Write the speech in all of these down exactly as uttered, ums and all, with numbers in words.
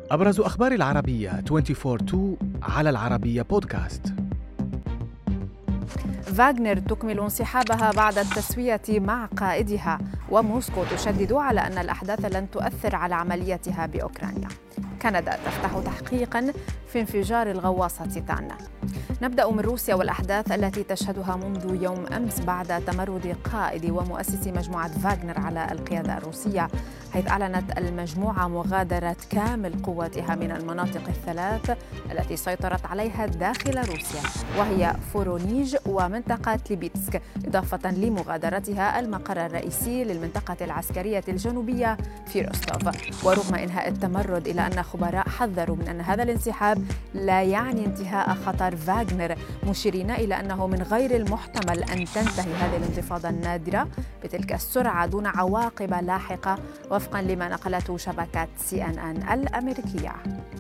أبرز أخبار العربية أربعة وعشرين اثنين على العربية بودكاست. فاغنر تكمل انسحابها بعد التسوية مع قائدها، وموسكو تشدد على أن الأحداث لن تؤثر على عمليتها بأوكرانيا. كندا تفتح تحقيقاً في انفجار الغواصة تيتان. نبدأ من روسيا والأحداث التي تشهدها منذ يوم أمس بعد تمرد قائد ومؤسس مجموعة فاغنر على القيادة الروسية، حيث أعلنت المجموعة مغادرة كامل قواتها من المناطق الثلاث التي سيطرت عليها داخل روسيا، وهي فورونيج ومنطقة ليبيتسك، إضافة لمغادرتها المقر الرئيسي للمنطقة العسكرية الجنوبية في روستوف. ورغم إنهاء التمرد إلى أن خبراء حذروا من أن هذا الانسحاب لا يعني انتهاء خطر فاغنر، مشيرين إلى أنه من غير المحتمل أن تنتهي هذه الانتفاضة النادرة بتلك السرعة دون عواقب لاحقة، وفقاً لما نقلته شبكة سي إن إن الأمريكية.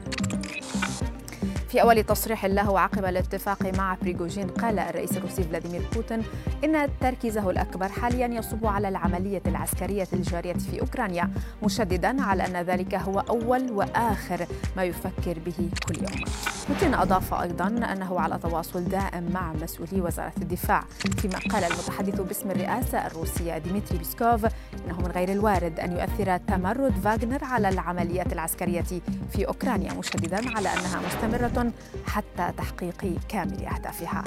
في أول تصريح له عقب الاتفاق مع بريغوجين، قال الرئيس الروسي فلاديمير بوتين إن تركيزه الأكبر حالياً يصب على العملية العسكرية الجارية في أوكرانيا، مشدداً على أن ذلك هو أول وآخر ما يفكر به كل يوم. بوتين أضاف أيضاً أنه على تواصل دائم مع مسؤولي وزارة الدفاع، فيما قال المتحدث باسم الرئاسة الروسية ديمتري بيسكوف إنه من غير الوارد أن يؤثر تمرد فاغنر على العمليات العسكرية في أوكرانيا، مشدداً على أنها مستمرة حتى تحقيق كامل أهدافها.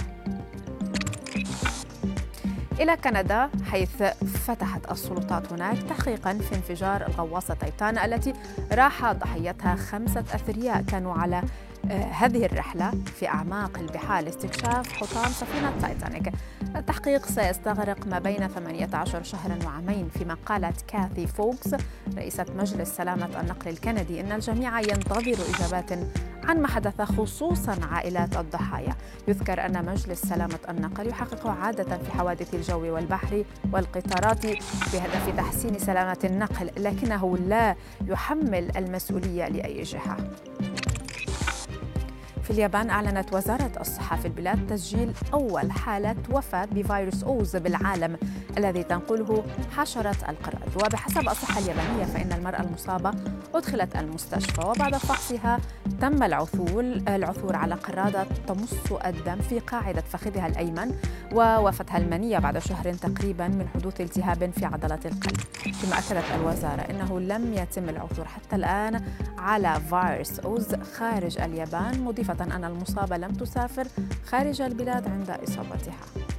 إلى كندا، حيث فتحت السلطات هناك تحقيقاً في انفجار الغواصة تيتان التي راح ضحيتها خمسة أثرياء كانوا على هذه الرحلة في أعماق البحار لاستكشاف حطام سفينة تايتانيك. التحقيق سيستغرق ما بين ثمانية عشر شهراً وعامين، فيما قالت كاثي فوكس رئيسة مجلس سلامة النقل الكندي إن الجميع ينتظر إجابات عن ما حدث، خصوصاً عائلات الضحايا. يذكر أن مجلس سلامة النقل يحقق عادة في حوادث الجو والبحر والقطارات بهدف تحسين سلامة النقل، لكنه لا يحمل المسؤولية لأي جهة. في اليابان، أعلنت وزارة الصحة في البلاد تسجيل أول حالة وفاة بفيروس أوز بالعالم الذي تنقله حشرة القرد. وبحسب الصحة اليابانية فإن المرأة المصابة أدخلت المستشفى، وبعد فحصها تم العثور العثور على قرادة تمص الدم في قاعدة فخذها الأيمن، ووفتها المنية بعد شهر تقريبا من حدوث التهاب في عضلة القلب. كما أكدت الوزارة أنه لم يتم العثور حتى الآن على فيروس أوز خارج اليابان، مضيفة أن المصابة لم تسافر خارج البلاد عند إصابتها.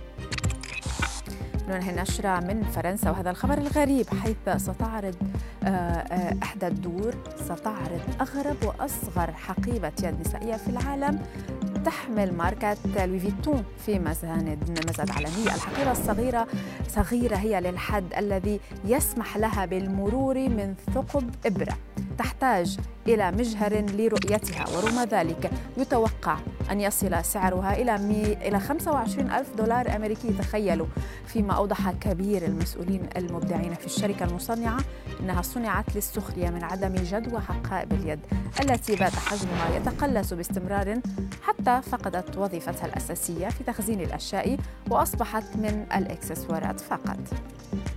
ننهي النشرة من فرنسا وهذا الخبر الغريب، حيث ستعرض إحدى الدور ستعرض أغرب وأصغر حقيبة يد نسائية في العالم تحمل ماركة لوي فيتون في مزاد مزاد عالمية. الحقيبة الصغيرة صغيرة هي للحد الذي يسمح لها بالمرور من ثقب إبرة، تحتاج إلى مجهر لرؤيتها، ورغم ذلك يتوقع أن يصل سعرها إلى إلى خمسة وعشرين ألف دولار أمريكي. تخيلوا. فيما أوضح كبير المسؤولين المبدعين في الشركة المصنعة أنها صنعت للسخرية من عدم جدوى حقائب اليد التي بات حجمها يتقلص باستمرار حتى فقدت وظيفتها الأساسية في تخزين الأشياء وأصبحت من الإكسسوارات فقط.